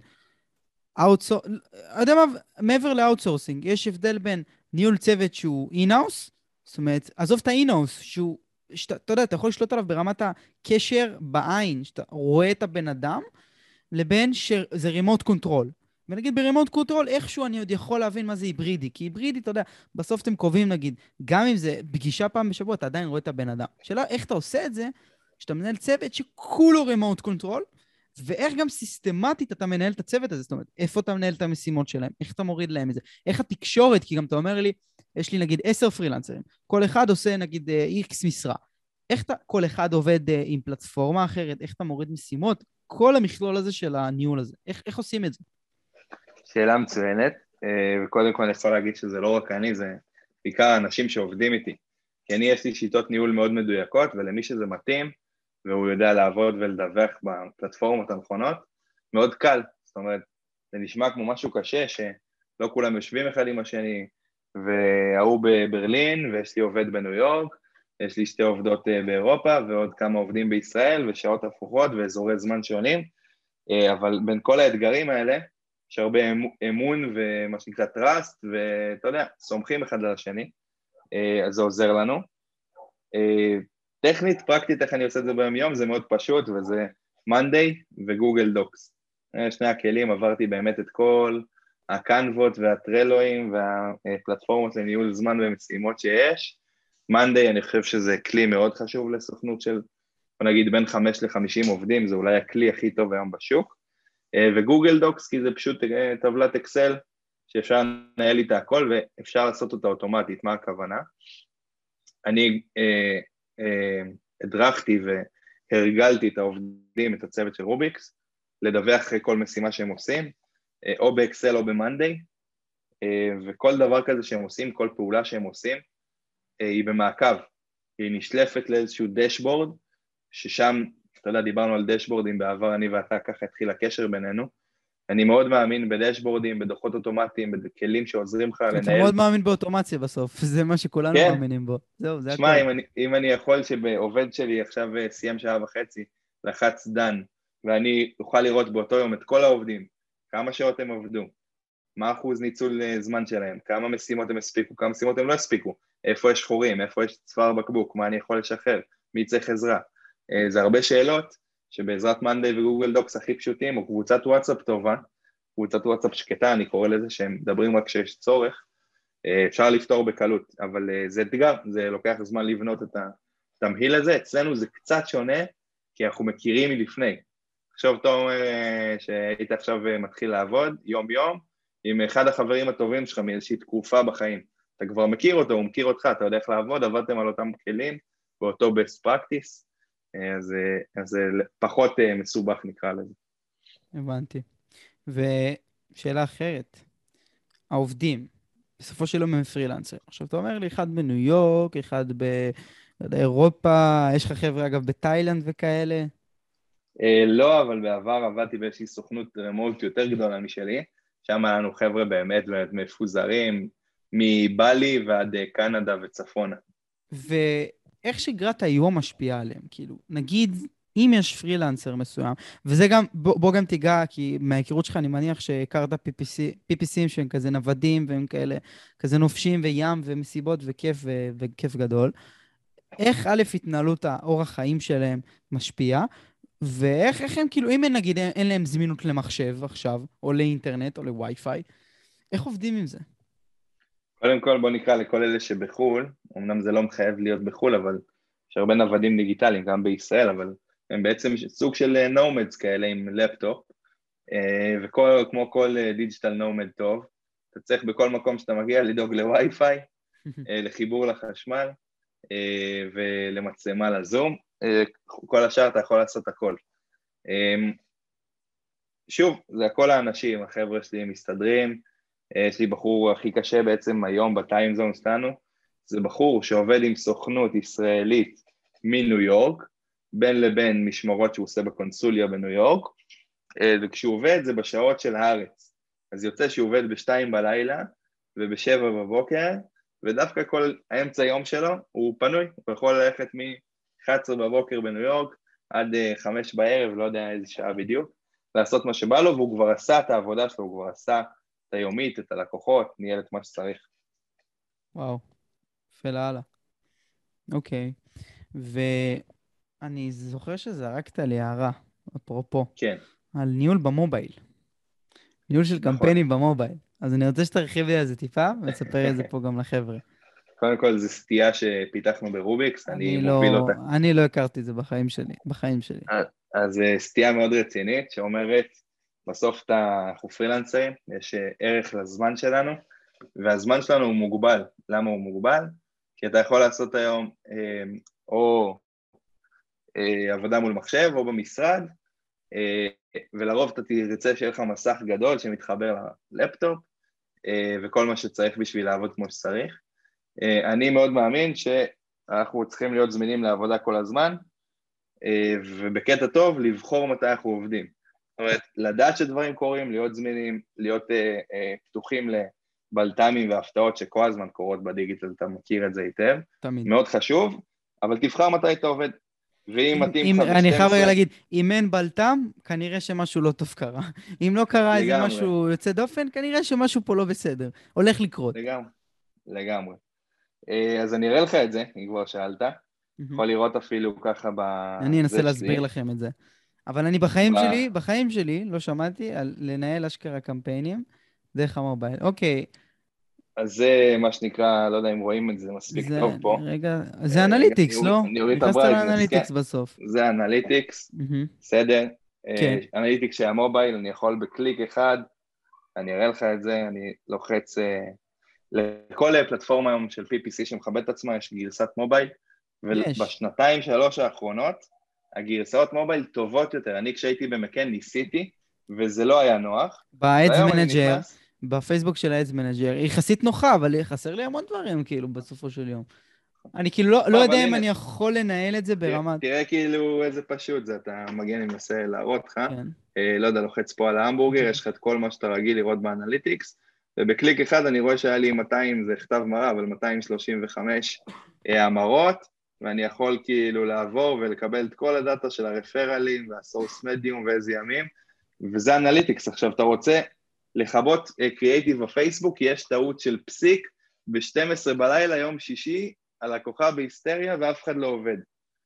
מעבר לאוטסורסינג, יש הבדל בין ניהול צוות שהוא אינאוס, זאת אומרת, עזוב את האינאוס, שהוא, אתה יודע, אתה יכול לשלוט עליו ברמת הקשר בעין, שאתה רואה את הבן אדם, לבין שזה רימוט קונטרול. ונגיד ברימוט קונטרול, איכשהו אני עוד יכול להבין מה זה היברידי, כי היברידי, אתה יודע, בסוף אתם קובעים, נגיד, גם אם זה פגישה פעם בשבוע, אתה עדיין רואה את הבן אדם. שאלה, איך אתה עושה את זה, שאתה מנהל צוות שכולו רימוט קונטרול, ואיך גם סיסטמטית אתה מנהל את הצוות הזה, זאת אומרת, איפה אתה מנהל את המשימות שלהם, איך אתה מוריד להם את זה, איך התקשורת, כי גם אתה אומר לי, יש לי נגיד 10 פרילנסרים, כל אחד עושה נגיד X משרה, איך אתה, כל אחד עובד עם פלטפורמה אחרת, איך אתה מוריד משימות, כל המכלול הזה של הניהול הזה, איך עושים את זה? שאלה מצוינת, וקודם כל אני יכול להגיד שזה לא רק אני, זה בעיקר האנשים שעובדים איתי, כי אני יש לי שיטות ניהול מאוד מדויקות, ולמי שזה מתאים, והוא יודע לעבוד ולדווח בפלטפורמות הנכונות, מאוד קל, זאת אומרת, זה נשמע כמו משהו קשה, שלא כולם יושבים אחד עם השני, והוא בברלין, ויש לי עובד בניו יורק, יש לי 2 עובדות באירופה, ועוד כמה עובדים בישראל, ושעות הפוכות, ואזורי זמן שונים, אבל בין כל האתגרים האלה, יש הרבה אמון ומה שנקרא trust, ואתה יודע, סומכים אחד על השני, אז זה עוזר לנו. טכנית, פרקטית, איך אני עושה את זה ביום יום, זה מאוד פשוט, וזה Monday וגוגל דוקס. שני הכלים, עברתי באמת את כל הקנבות והטרלואים והפלטפורמות לניהול זמן ומשימות שיש. Monday אני חושב שזה כלי מאוד חשוב לסוכנות של, בוא נגיד, בין 5 ל-50 עובדים, זה אולי הכלי הכי טוב היום בשוק. וגוגל דוקס, כי זה פשוט טבלת אקסל, שאפשר לנהל איתה הכל, ואפשר לעשות אותה אוטומטית. מה הכוונה? אני הדרכתי והרגלתי את העובדים, את הצוות של רוביקס, לדווח אחרי כל משימה שהם עושים, או באקסל או במנדי, וכל דבר כזה שהם עושים, כל פעולה שהם עושים, היא במעקב, היא נשלפת לאיזשהו דשבורד, ששם, אתה יודע, דיברנו על דשבורדים בעבר, אני ואתה, ככה התחיל הקשר בינינו, אני מאוד מאמין בדשבורדים, בדוחות אוטומטיים, בכלים שעוזרים לך לנהל. אתה מאוד מאמין באוטומציה בסוף, זה מה שכולנו מאמינים בו. זהו, זה הכל. שמע, אם אני יכול שבעובד שלי עכשיו סיים 1.5 שעה, לחץ דן, ואני אוכל לראות באותו יום את כל העובדים, כמה שעות הם עבדו, מה אחוז ניצול זמן שלהם, כמה משימות הם הספיקו, כמה משימות הם לא הספיקו, איפה יש חורים, איפה יש צוואר בקבוק, מה אני יכול לשחרר, מי צריך עזרה. זה הרבה שאלות שבעזרת Monday וגוגל דוקס הכי פשוטים, או קבוצת וואטסאפ טובה, קבוצת וואטסאפ שקטה, אני קורא לזה שהם מדברים רק כשיש צורך, אפשר לפתור בקלות, אבל זה אתגר, זה לוקח זמן לבנות את התמהיל הזה, אצלנו זה קצת שונה, כי אנחנו מכירים מלפני. עכשיו אתה אומר שהיית עכשיו מתחיל לעבוד יום יום, עם אחד החברים הטובים שלך מאיזושהי תקופה בחיים, אתה כבר מכיר אותו, הוא מכיר אותך, אתה יודע איך לעבוד, עבדתם על אותם כלים, באותו best practice, אז זה פחות מסובך נקרא לזה. הבנתי. ושאלה אחרת, העובדים, בסופו של יום הם פרילנסר. עכשיו, אתה אומר לי, אחד בניו יורק, אחד לא יודע, אירופה, יש לך חבר'ה אגב בתאילנד וכאלה? לא, אבל בעבר עבדתי באיזושהי סוכנות רמוט יותר גדולה משלי, שם היה לנו חבר'ה באמת מפוזרים, מבלי ועד קנדה וצפונה. ואיך שגרת היום משפיעה עליהם? כאילו, נגיד, אם יש פרילנסר מסוים, וזה גם, בוא גם תיגע, כי מההיכרות שלך אני מניח שהכרת PPCים שהם כזה נוודים, והם כאלה, כזה נופשים וים ומסיבות וכיף גדול. איך א', התנהלות האורח חיים שלהם משפיעה, ואיך הם, כאילו, אם נגיד אין להם זמינות למחשב עכשיו, או לאינטרנט, או לווי-פיי, איך עובדים עם זה? קודם כל בוא נקרא לכל אלה שבחול, אמנם זה לא מחייב להיות בחול, אבל יש הרבה נוודים דיגיטליים גם בישראל, אבל הם בעצם סוג של נומדס כאלה עם לפטופ, וכמו כל דיג'יטל נומד טוב, אתה צריך בכל מקום שאתה מגיע לדאוג לווי-פיי, לחיבור לחשמל ולמצלמה לזום, כל השאר אתה יכול לעשות הכל. שוב, זה הכל האנשים, החבר'ה שלי מסתדרים, יש לי בחור הכי קשה בעצם היום בטיימזון שלנו, זה בחור שעובד עם סוכנות ישראלית מניו יורק, בין לבין משמרות שהוא עושה בקונסוליה בניו יורק, וכשהוא עובד זה בשעות של הארץ, אז יוצא שהוא עובד ב2 בלילה וב7 בבוקר, ודווקא כל האמצע היום שלו הוא פנוי, הוא יכול ללכת מ-11 בבוקר בניו יורק עד 5 בערב, לא יודע איזה שעה בדיוק, לעשות מה שבא לו, והוא כבר עשה את העבודה שלו, הוא כבר עשה את היומית, את הלקוחות, ניהל את מה שצריך. וואו, יפה לאללה. אוקיי. ואני זוכר שזרקת לי הערה, אפרופו, כן. על ניהול במובייל. ניהול של נכון. קמפיינים במובייל. אז אני רוצה שתרחיב לי על זה טיפה, וספר את זה פה גם לחבר'ה. קודם כל, זו סטייה שפיתחנו ברוביקס, אני מוביל אותה. אני לא הכרתי את זה בחיים שלי. אז סטייה מאוד רצינית, שאומרת, בסוף אנחנו פרילנסרים, יש ערך לזמן שלנו, והזמן שלנו הוא מוגבל. למה הוא מוגבל? כי אתה יכול לעשות היום או עבודה מול מחשב או במשרד, ולרוב אתה תרצה שיהיה לך מסך גדול שמתחבר ללפטופ, וכל מה שצריך בשביל לעבוד כמו שצריך. אני מאוד מאמין שאנחנו צריכים להיות זמינים לעבודה כל הזמן, ובקטע טוב לבחור מתי אנחנו עובדים. זאת אומרת, לדעת שדברים קורים, להיות זמינים, להיות פתוחים לבלת"מים והפתעות שכל הזמן קורות בדיגיטל, אתה מכיר את זה היטב. תמיד. מאוד חשוב, אבל תבחר מתי אתה עובד. ואם מתאים לך אני חייב רגע להגיד, אם אין בלת"ם, כנראה שמשהו לא טוב קרה. אם לא קרה איזה משהו יוצא דופן, כנראה שמשהו פה לא בסדר. הולך לקרות. לגמרי. אז אני אראה לך את זה, אם כבר שאלת. יכול לראות אפילו ככה אני אנסה להסביר לכם את זה. אבל אני בחיים שלי, לא שמעתי על לנהל אשכרה קמפיינים דרך המובייל. אוקיי. אז זה מה שנקרא, לא יודע אם רואים את זה מספיק טוב פה. רגע, זה אנליטיקס, לא? נכנסת לאנליטיקס בסוף. זה אנליטיקס, בסדר. אנליטיקס של המובייל, אני יכול בקליק אחד, אני אראה לך את זה, אני לוחץ לכל פלטפורמה היום של PPC שמכבד את עצמה, יש גרסת מובייל, ובשנתיים, 3 האחרונות, הגרסאות מובייל טובות יותר. אני כשהייתי במקן ניסיתי, וזה לא היה נוח. באדס מנג'ר, בפייסבוק של האדס מנג'ר, היא יחסית נוחה, אבל חסר לי המון דברים, כאילו, בסופו של יום. אני כאילו לא יודע אם אני יכול לנהל את זה ברמת... תראה כאילו איזה פשוט זה, אתה מגיע, אני מנסה להראות לך, לא יודע, לוחץ פה על ההמבורגר, יש לך את כל מה שאתה רגיל לראות באנליטיקס, ובקליק אחד אני רואה שהיה לי 200, זה כתב מראה, אבל 235 המרות, ואני יכול כאילו לעבור ולקבל את כל הדאטה של הרפרלים והסורס מדיום ואיזה ימים, וזה אנליטיקס. עכשיו אתה רוצה לחבות קריאייטיב בפייסבוק, כי יש טעות של פסיק ב-12 בלילה, יום שישי, הלקוחה בהיסטריה ואף אחד לא עובד.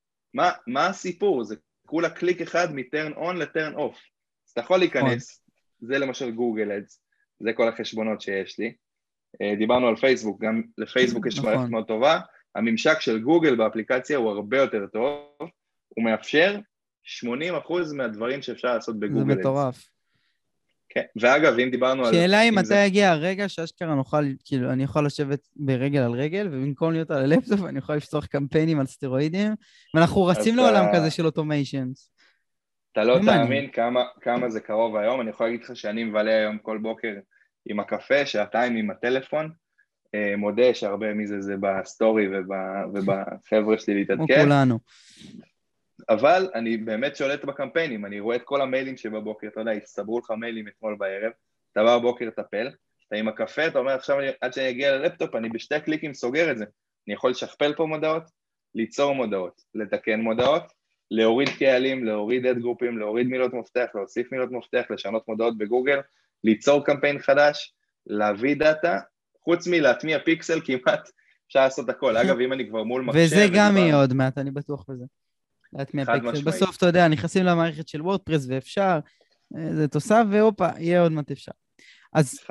מה הסיפור? זה כולה קליק אחד מ-turn on ל-turn off. אז אתה יכול להיכנס, זה למשל גוגל אדס, זה כל החשבונות שיש לי. דיברנו על פייסבוק, גם לפייסבוק יש מערכת מאוד טובה, הממשק של גוגל באפליקציה הוא הרבה יותר טוב, הוא מאפשר 80% מהדברים שאפשר לעשות בגוגל. זה מטורף. כן, ואגב, אם דיברנו על... שאלה היא מתי יגיע הרגע שאשכרה נוכל, כאילו, אני יכול לשבת ברגל על רגל, ובמקום להיות על הלפטופ, אני יכול לפתוח קמפיינים על סטרואידים, ואנחנו רצים לעולם כזה של אוטומיישנס. אתה לא תאמין כמה זה קרוב היום, אני יכול להגיד לך שאני מבלה היום כל בוקר עם הקפה, שעתיים עם הטלפון, מודה שהרבה מזה זה בסטורי ובחבר'ה שלי להתעדכן. כמו כולנו. אבל אני באמת שולט בקמפיינים, אני רואה את כל המיילים שבבוקר, אתה יודע, הצטברו לך מיילים אתמול בערב, אתה בא בבוקר טפל, אתה עם הקפה, אתה אומר עכשיו עד שאני אגיע ללפטופ, אני בשתי קליקים סוגר את זה. אני יכול לשכפל פה מודעות, ליצור מודעות, לתקן מודעות, להוריד קהלים, להוריד אד גרופים, להוריד מילות מפתח, להוסיף מילות מפתח, לשנות מודעות בגוגל, ליצור קמפיין חדש, להביא דאטה, חוץ מלהטמיע פיקסל כמעט אפשר לעשות הכל. אגב, אם אני כבר מול מחשב... וזה גם יהיה עוד מעט, אני בטוח בזה. להטמיע פיקסל. בסוף, אתה יודע, נכנסים למערכת של וורדפרס ואפשר, זה תוסף ואופה, יהיה עוד מעט אפשר. אז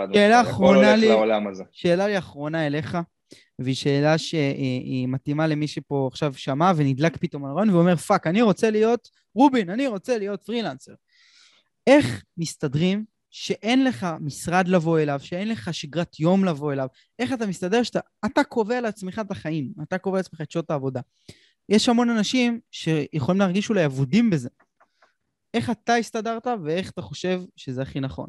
שאלה לי אחרונה אליך, והיא שאלה שהיא מתאימה למי שפה עכשיו שמע ונדלק פתאום על הרעיון, ואומר, פאק, אני רוצה להיות רובין, אני רוצה להיות פרילנסר. איך מסתדרים שאין לך משרד לבוא אליו, שאין לך שגרת יום לבוא אליו? איך אתה מסתדר שאתה קובע לעצמך את החיים, אתה קובע לעצמך את שעות העבודה? יש המון אנשים שיכולים להרגיש אולי עבודים בזה. איך אתה הסתדרת ואיך אתה חושב שזה הכי נכון?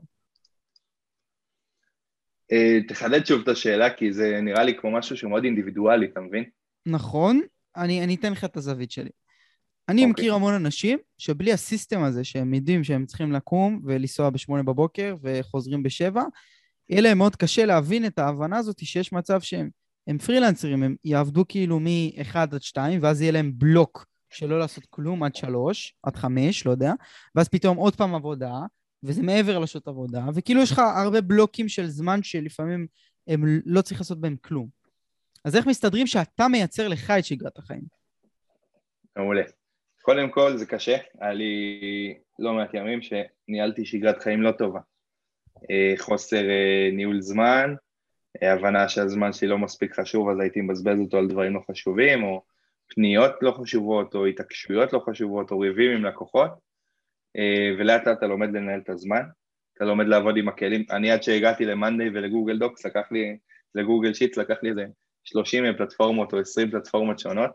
תחדד שוב את השאלה, כי זה נראה לי כמו משהו שהוא מאוד אינדיבידואלי, אתה מבין? נכון, אני אתן לך את הזווית שלי. אני מכיר המון אנשים שבלי הסיסטם הזה, שהם יודעים שהם צריכים לקום ולנסוע ב8 בבוקר וחוזרים ב7, יהיה להם מאוד קשה להבין את ההבנה הזאת שיש מצב שהם פרילנסרים, הם יעבדו כאילו מ-1 עד 2, ואז יהיה להם בלוק שלא לעשות כלום עד 3, עד 5, לא יודע, ואז פתאום עוד פעם עבודה, וזה מעבר לשעות עבודה, וכאילו יש לך הרבה בלוקים של זמן שלפעמים הם לא צריך לעשות בהם כלום. אז איך מסתדרים שאתה מייצר לך את שגרת החיים? מעולה. קודם כל זה קשה, היה לי לא מעט ימים שניהלתי שגרת חיים לא טובה. חוסר ניהול זמן, הבנה שהזמן שלי לא מספיק חשוב, אז הייתי מבזבז אותו על דברים לא חשובים, או פניות לא חשובות, או התעקשויות לא חשובות, או ריבים עם לקוחות, ולאט לאט אתה לומד לנהל את הזמן, אתה לומד לעבוד עם הכלים. אני עד שהגעתי למאנדיי ולגוגל דוקס, לגוגל שיטס לקח לי איזה 30 פלטפורמות או 20 פלטפורמות שונות,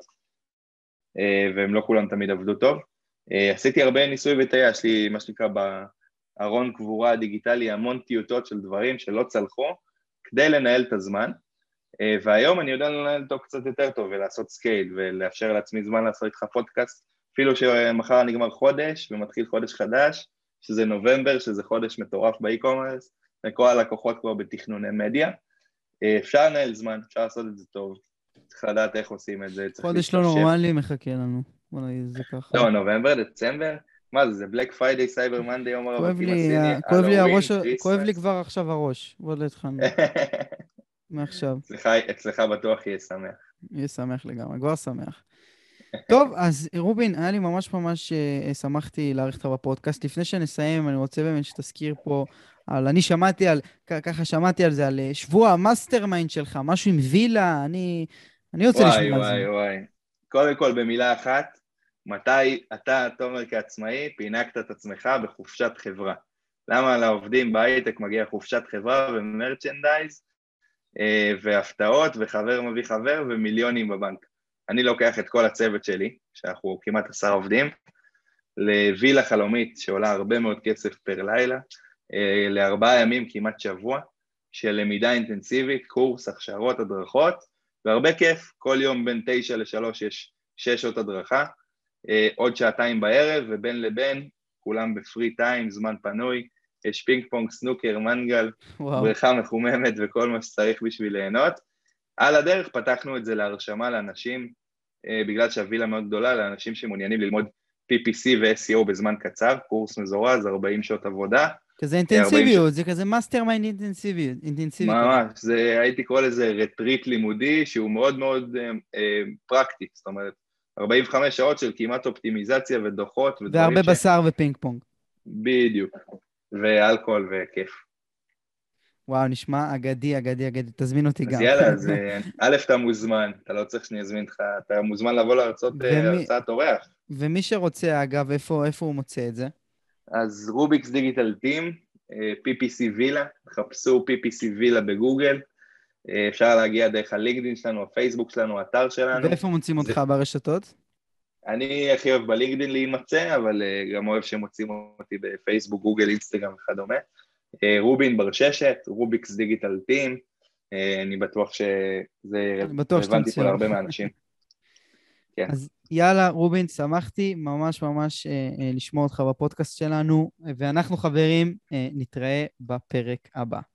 והם לא כולם תמיד עבדו טוב. עשיתי הרבה ניסוי וטעייה, יש לי מה שנקרא בארון קבורה הדיגיטלי, המון טיוטות של דברים שלא צלחו, כדי לנהל את הזמן, והיום אני יודע לנהל אותו קצת יותר טוב, ולעשות סקייל, ולאפשר לעצמי זמן לעשות איתך פודקאסט, אפילו שמחר נגמר חודש, ומתחיל חודש חדש, שזה נובמבר, שזה חודש מטורף באי-קומרס, וכל הלקוחות כבר בתכנוני מדיה, אפשר לנהל זמן, אפשר לעשות את זה טוב, צריך לדעת איך עושים את זה. חודש לא נורמלי מחכה לנו, בוא נגיד זה ככה. לא, נובמבר, דצמבר, מה זה בלק פריידי, סייבר מנדי, יום הרווקים הסיני, כואב לי כבר עכשיו הראש, בוא להתחלנו. מעכשיו. אצלך בטוח יהיה שמח. יהיה שמח לגמרי, כבר שמח. טוב, אז רובין, היה לי ממש שמחתי להעריך אותך בפודקאסט. לפני שנסיים, אני רוצה באמת שתזכיר פה, אני שמעתי על זה, על שבוע המאסטר מיינד שלך, משהו עם וילה, אני רוצה לשמוע על זה. וואי. קודם כל, במילה אחת, מתי אתה, תומר כעצמאי, פינקת את עצמך בחופשת חברה? למה לעובדים בהייטק מגיע חופשת חברה ומרצ'נדייז, והפתעות, וחבר מביא חבר, ומיליונים בבנק? אני לוקח את כל הצוות שלי, שאנחנו כמעט 10 עובדים, לווילה חלומית שעולה הרבה מאוד כסף פר לילה, ל4 ימים, כמעט שבוע, של למידה אינטנסיבית, קורס, הכשרות, הדרכות, והרבה כיף, כל יום בין 9 ל-3 יש 6 שעות הדרכה, עוד 2 בערב, ובין לבין, כולם בפרי טיים, זמן פנוי, יש פינג פונג, סנוקר, מנגל, בריכה מחוממת וכל מה שצריך בשביל ליהנות. על הדרך פתחנו את זה להרשמה לאנשים, בגלל שהווילה מאוד גדולה, לאנשים שמעוניינים ללמוד PPC ו-SEO בזמן קצר, קורס מזורז, 40 שעות עבודה. כזה אינטנסיביות, זה כזה מאסטר מיינד אינטנסיביות. ממש, הייתי קורא לזה רטריט לימודי, שהוא מאוד מאוד פרקטי, זאת אומרת, 45 שעות של כמעט אופטימיזציה ודוחות. והרבה בשר ופינג פונג. בדיוק, ואלכוהול וכיף. וואו, נשמע אגדי, תזמין אותי גם. אז יאללה, אז א', אתה מוזמן, אתה לא צריך שאני אזמין אותך, אתה מוזמן לבוא להרצות הרצאת אורח. ומי שרוצה, אגב, איפה הוא מוצא את זה? אז רוביקס דיגיטל טים, PPC וילה, חפשו PPC וילה בגוגל, אפשר להגיע דרך הלינקדין שלנו, הפייסבוק שלנו, האתר שלנו. ואיפה מוצאים אותך ברשתות? אני הכי אוהב בלינקדין להימצא, אבל גם אוהב שמוצאים אותי בפייסבוק, גוגל, אינסטגרם וכדומה. רובין ברששת, רוביקס דיגיטל טים, אני בטוח שזה רלוונטי פה להרבה מהאנשים. כן. אז יאללה, רובין, שמחתי ממש ממש לשמוע אותך בפודקאסט שלנו, ואנחנו חברים, נתראה בפרק הבא.